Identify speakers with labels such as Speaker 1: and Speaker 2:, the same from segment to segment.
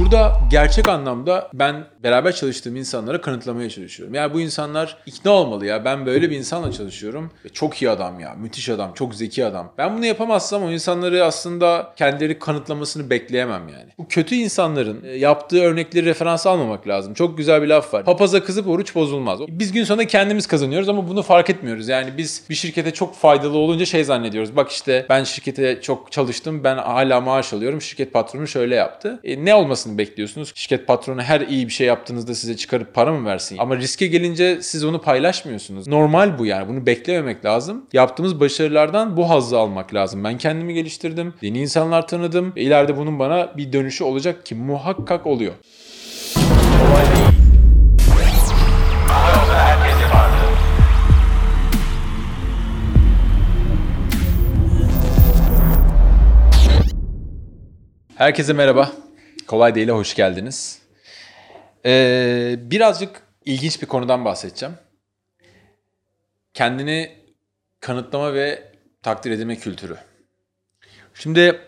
Speaker 1: Burada gerçek anlamda ben beraber çalıştığım insanlara kanıtlamaya çalışıyorum. Yani bu insanlar ikna olmalı ya. Ben böyle bir insanla çalışıyorum. Ve çok iyi adam ya. Müthiş adam. Çok zeki adam. Ben bunu yapamazsam o insanları aslında kendileri kanıtlamasını bekleyemem yani. Bu kötü insanların yaptığı örnekleri referans almamak lazım. Çok güzel bir laf var. Papaza kızıp oruç bozulmaz. Biz gün sonunda kendimiz kazanıyoruz ama bunu fark etmiyoruz. Yani biz bir şirkete çok faydalı olunca zannediyoruz. Bak işte ben şirkete çok çalıştım. Ben hala maaş alıyorum. Şirket patronu şöyle yaptı. Ne olmasını bekliyorsunuz? Şirket patronu her iyi bir şey yaptığınızda size çıkarıp para mı versin? Ama riske gelince siz onu paylaşmıyorsunuz. Normal bu yani. Bunu beklememek lazım. Yaptığımız başarılardan bu hazzı almak lazım. Ben kendimi geliştirdim. Yeni insanlar tanıdım. İleride bunun bana bir dönüşü olacak ki muhakkak oluyor. Kolay değil. Herkese merhaba. Kolay Değil'e hoş geldiniz. Birazcık ilginç bir konudan bahsedeceğim. Kendini kanıtlama ve takdir edilme kültürü. Şimdi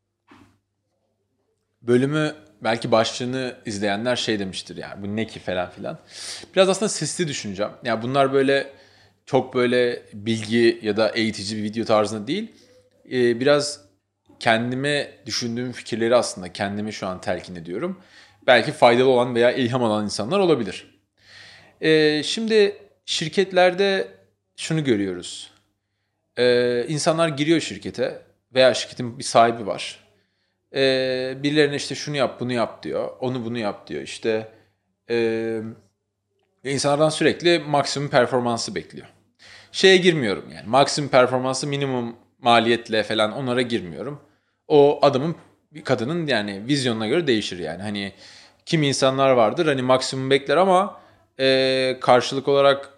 Speaker 1: bölümü belki başlığını izleyenler demiştir yani bu ne ki falan filan. Biraz aslında sesli düşüneceğim. Yani bunlar böyle çok böyle bilgi ya da eğitici bir video tarzında değil. Biraz kendime düşündüğüm fikirleri aslında kendime şu an telkin ediyorum. Belki faydalı olan veya ilham alan insanlar olabilir. Şimdi şirketlerde şunu görüyoruz. İnsanlar giriyor şirkete veya şirketin bir sahibi var. Birilerine işte şunu yap bunu yap diyor. Onu bunu yap diyor. İşte insanlardan sürekli maksimum performansı bekliyor. Girmiyorum yani. Maksimum performansı minimum maliyetle falan onlara girmiyorum. O adamın, kadının yani vizyonuna göre değişir yani. Hani kimi insanlar vardır hani maksimum bekler ama karşılık olarak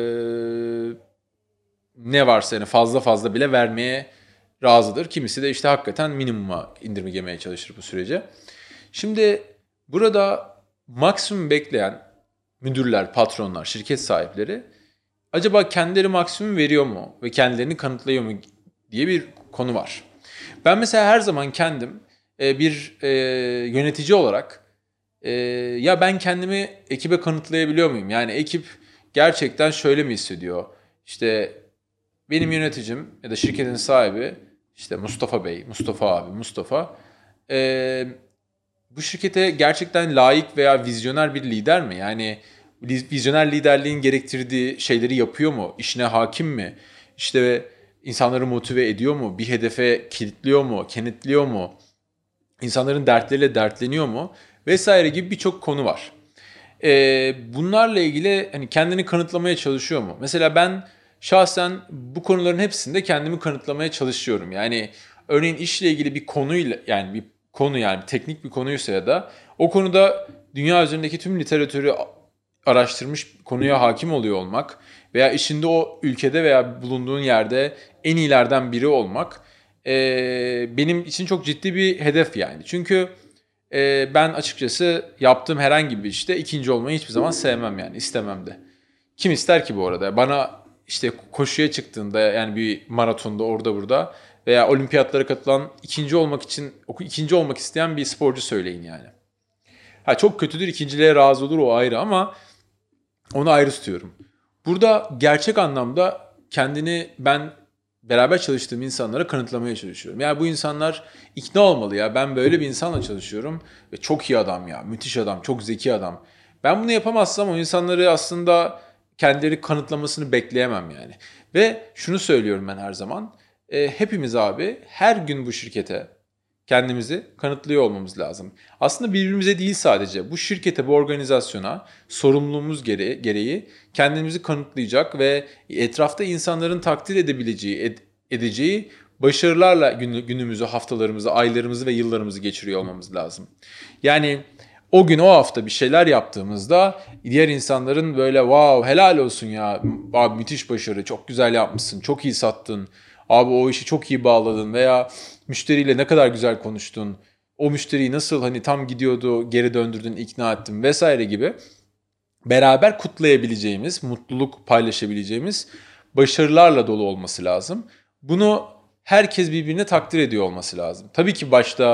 Speaker 1: ne varsa yani fazla bile vermeye razıdır. Kimisi de işte hakikaten minimuma indirgemeye çalışır bu sürece. Şimdi burada maksimum bekleyen müdürler, patronlar, şirket sahipleri acaba kendileri maksimum veriyor mu ve kendilerini kanıtlıyor mu diye bir konu var. Ben mesela her zaman kendim bir yönetici olarak ya ben kendimi ekibe kanıtlayabiliyor muyum? Yani ekip gerçekten şöyle mi hissediyor? İşte benim yöneticim ya da şirketin sahibi işte Mustafa Bey, Mustafa abi, Mustafa bu şirkete gerçekten layık veya vizyoner bir lider mi? Yani vizyoner liderliğin gerektirdiği şeyleri yapıyor mu? İşine hakim mi? İşte insanları motive ediyor mu? Bir hedefe kilitliyor mu? Kenetliyor mu? İnsanların dertleriyle dertleniyor mu? Vesaire gibi birçok konu var. Bunlarla ilgili hani kendini kanıtlamaya çalışıyor mu? Mesela ben şahsen bu konuların hepsinde kendimi kanıtlamaya çalışıyorum. Yani örneğin işle ilgili bir konuyla yani bir konu yani teknik bir konuysa ya da o konuda dünya üzerindeki tüm literatürü araştırmış, konuya hakim oluyor olmak veya işinde o ülkede veya bulunduğun yerde en iyilerden biri olmak benim için çok ciddi bir hedef yani. Çünkü ben açıkçası yaptığım herhangi bir işte ikinci olmayı hiçbir zaman sevmem yani istemem de. Kim ister ki bu arada? Bana işte koşuya çıktığında yani bir maratonda orada burada veya olimpiyatlara katılan ikinci olmak isteyen bir sporcu söyleyin yani. Ha çok kötüdür, ikinciliğe razı olur o ayrı ama onu ayrı tutuyorum. Burada gerçek anlamda kendini ben beraber çalıştığım insanlara kanıtlamaya çalışıyorum. Yani bu insanlar ikna olmalı ya. Ben böyle bir insanla çalışıyorum ve çok iyi adam ya. Müthiş adam, çok zeki adam. Ben bunu yapamazsam o insanları aslında kendileri kanıtlamasını bekleyemem yani. Ve şunu söylüyorum ben her zaman. Hepimiz abi her gün bu şirkete kendimizi kanıtlıyor olmamız lazım. Aslında birbirimize değil sadece bu şirkete, bu organizasyona sorumluluğumuz gereği kendimizi kanıtlayacak ve etrafta insanların takdir edeceği başarılarla günümüzü, haftalarımızı, aylarımızı ve yıllarımızı geçiriyor olmamız lazım. Yani o gün o hafta bir şeyler yaptığımızda diğer insanların böyle wow helal olsun ya abi müthiş başarı, çok güzel yapmışsın, çok iyi sattın. Abi o işi çok iyi bağladın veya müşteriyle ne kadar güzel konuştun. O müşteriyi nasıl hani tam gidiyordu geri döndürdün, ikna ettin vesaire gibi beraber kutlayabileceğimiz, mutluluk paylaşabileceğimiz başarılarla dolu olması lazım. Bunu herkes birbirine takdir ediyor olması lazım. Tabii ki başta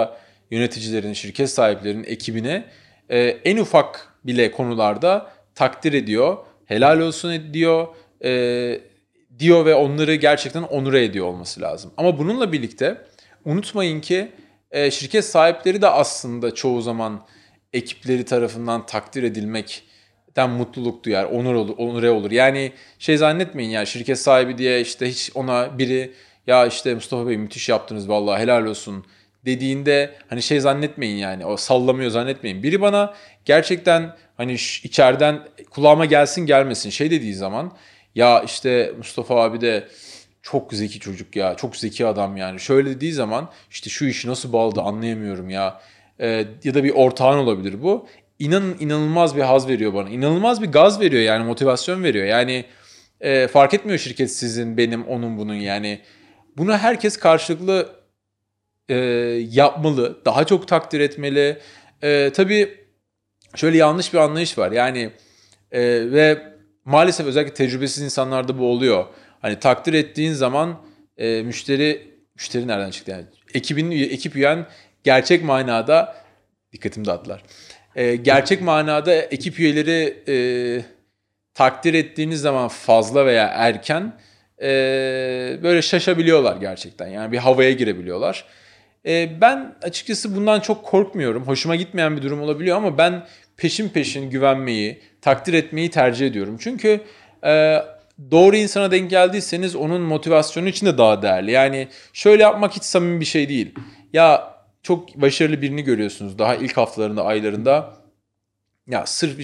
Speaker 1: yöneticilerin, şirket sahiplerinin ekibine en ufak bile konularda takdir ediyor, helal olsun diyor ve onları gerçekten onure ediyor olması lazım. Ama bununla birlikte unutmayın ki şirket sahipleri de aslında çoğu zaman ekipleri tarafından takdir edilmekten mutluluk duyar, onure olur. Yani şey zannetmeyin ya, şirket sahibi diye işte hiç ona biri ya işte Mustafa Bey müthiş yaptınız vallahi helal olsun dediğinde hani şey zannetmeyin, yani o sallamıyor zannetmeyin. Biri bana gerçekten hani içeriden kulağıma gelsin gelmesin şey dediği zaman, ya işte Mustafa abi de çok zeki çocuk ya, çok zeki adam yani. Şöyle dediği zaman işte şu işi nasıl bağladı anlayamıyorum ya. Ya da bir ortağın olabilir bu. İnanılmaz bir haz veriyor bana. İnanılmaz bir gaz veriyor, yani motivasyon veriyor. Yani fark etmiyor şirket sizin, benim, onun, bunun yani. Bunu herkes karşılıklı e, yapmalı. Daha çok takdir etmeli. Tabii şöyle yanlış bir anlayış var. Yani ve maalesef özellikle tecrübesiz insanlarda bu oluyor. Hani takdir ettiğin zaman müşteri nereden çıktı yani? Ekip üyen gerçek manada dikkatim dağıttılar. Gerçek manada ekip üyeleri takdir ettiğiniz zaman fazla veya erken böyle şaşabiliyorlar gerçekten. Yani bir havaya girebiliyorlar. Ben açıkçası bundan çok korkmuyorum. Hoşuma gitmeyen bir durum olabiliyor ama ben peşin peşin güvenmeyi, takdir etmeyi tercih ediyorum. Çünkü doğru insana denk geldiyseniz onun motivasyonu için de daha değerli. Yani şöyle yapmak hiç samimi bir şey değil. Ya çok başarılı birini görüyorsunuz daha ilk haftalarında, aylarında. Ya sırf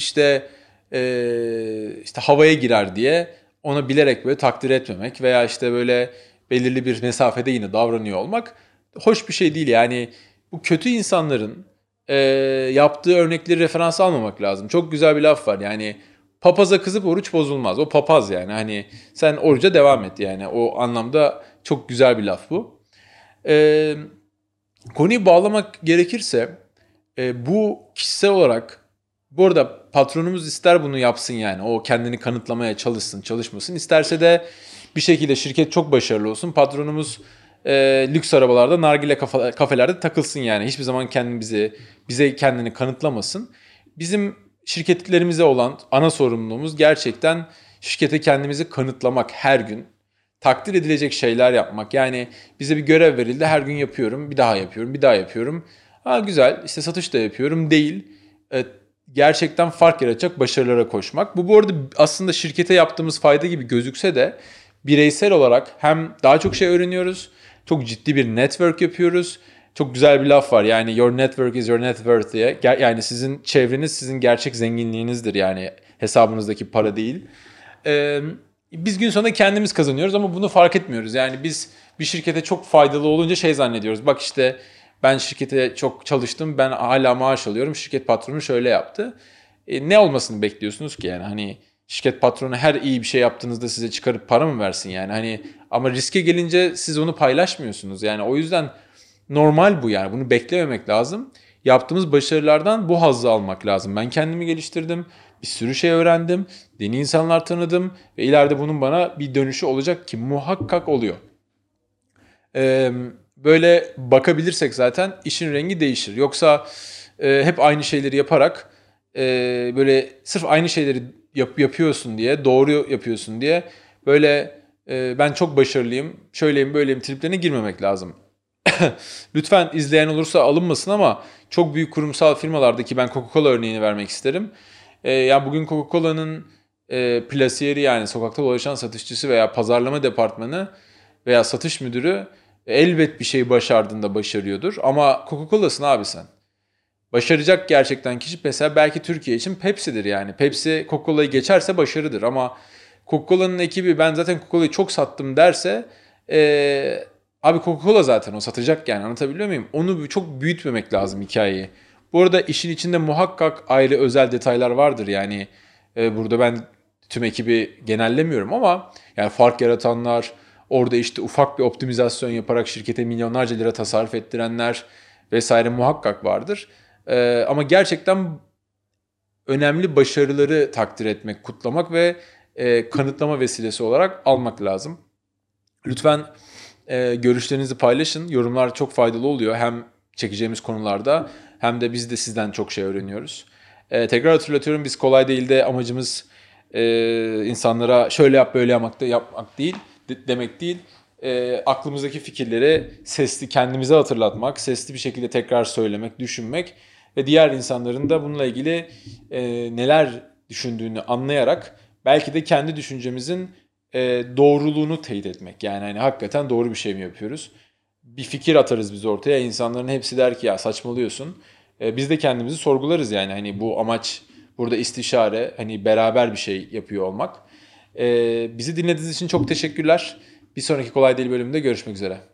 Speaker 1: işte havaya girer diye ona bilerek böyle takdir etmemek veya işte böyle belirli bir mesafede yine davranıyor olmak hoş bir şey değil. Yani bu kötü insanların e, yaptığı örnekleri referans almamak lazım. Çok güzel bir laf var, yani papaza kızıp oruç bozulmaz. O papaz yani, hani sen oruca devam et, yani o anlamda çok güzel bir laf bu. E, Konuyu bağlamak gerekirse bu kişisel olarak, bu arada patronumuz ister bunu yapsın, yani o kendini kanıtlamaya çalışsın çalışmasın, isterse de bir şekilde şirket çok başarılı olsun, patronumuz lüks arabalarda nargile kafelerde takılsın, yani hiçbir zaman bize kendini kanıtlamasın. Bizim şirketlerimize olan ana sorumluluğumuz gerçekten şirkete kendimizi kanıtlamak, her gün takdir edilecek şeyler yapmak. Yani bize bir görev verildi, her gün yapıyorum, bir daha yapıyorum, bir daha yapıyorum. Ha güzel, işte satış da yapıyorum değil. E, Gerçekten fark yaratacak başarılara koşmak. Bu arada aslında şirkete yaptığımız fayda gibi gözükse de bireysel olarak hem daha çok şey öğreniyoruz, çok ciddi bir network yapıyoruz. Çok güzel bir laf var, yani your network is your net worth diye. Yani sizin çevreniz sizin gerçek zenginliğinizdir, yani hesabınızdaki para değil. Ee, Biz gün sonunda kendimiz kazanıyoruz ama bunu fark etmiyoruz. Yani biz bir şirkete çok faydalı olunca şey zannediyoruz. Bak işte ben şirkete çok çalıştım, ben hala maaş alıyorum. Şirket patronu şöyle yaptı. Ne olmasını bekliyorsunuz ki, yani hani şirket patronu her iyi bir şey yaptığınızda size çıkarıp para mı versin yani? Hani ama riske gelince siz onu paylaşmıyorsunuz. Yani o yüzden normal bu, yani bunu beklememek lazım. Yaptığımız başarılardan bu hazzı almak lazım. Ben kendimi geliştirdim. Bir sürü şey öğrendim. Yeni insanlar tanıdım. Ve ileride bunun bana bir dönüşü olacak ki muhakkak oluyor. Böyle bakabilirsek zaten işin rengi değişir. Yoksa hep aynı şeyleri yaparak böyle sırf aynı şeyleri yapıyorsun diye, doğru yapıyorsun diye böyle ben çok başarılıyım, şöyleyim böyleyim triplerine girmemek lazım. Lütfen izleyen olursa alınmasın ama çok büyük kurumsal firmalardaki, ben Coca-Cola örneğini vermek isterim. Yani bugün Coca-Cola'nın plasiyeri, yani sokakta dolaşan satışçısı veya pazarlama departmanı veya satış müdürü elbet bir şey başardığında başarıyordur. Ama Coca-Cola'sın abi sen. Başaracak gerçekten kişi mesela belki Türkiye için Pepsi'dir yani. Pepsi Coca-Cola'yı geçerse başarıdır ama Coca-Cola'nın ekibi ben zaten Coca-Cola'yı çok sattım derse abi Coca-Cola zaten o satacak, yani anlatabiliyor muyum? Onu çok büyütmemek lazım hikayeyi. Bu arada işin içinde muhakkak ayrı özel detaylar vardır, yani burada ben tüm ekibi genellemiyorum ama yani fark yaratanlar, orada işte ufak bir optimizasyon yaparak şirkete milyonlarca lira tasarruf ettirenler vesaire muhakkak vardır. Ama gerçekten önemli başarıları takdir etmek, kutlamak ve kanıtlama vesilesi olarak almak lazım. Lütfen görüşlerinizi paylaşın. Yorumlar çok faydalı oluyor. Hem çekeceğimiz konularda hem de biz de sizden çok şey öğreniyoruz. Tekrar hatırlatıyorum, biz kolay değil de amacımız insanlara şöyle yap böyle yapmak değil, demek değil. Aklımızdaki fikirleri sesli kendimize hatırlatmak, sesli bir şekilde tekrar söylemek, düşünmek ve diğer insanların da bununla ilgili neler düşündüğünü anlayarak belki de kendi düşüncemizin doğruluğunu teyit etmek. Yani hani hakikaten doğru bir şey mi yapıyoruz? Bir fikir atarız biz ortaya. İnsanların hepsi der ki ya saçmalıyorsun. Biz de kendimizi sorgularız yani. Hani bu amaç burada istişare, hani beraber bir şey yapıyor olmak. Bizi dinlediğiniz için çok teşekkürler. Bir sonraki Kolay Değil bölümünde görüşmek üzere.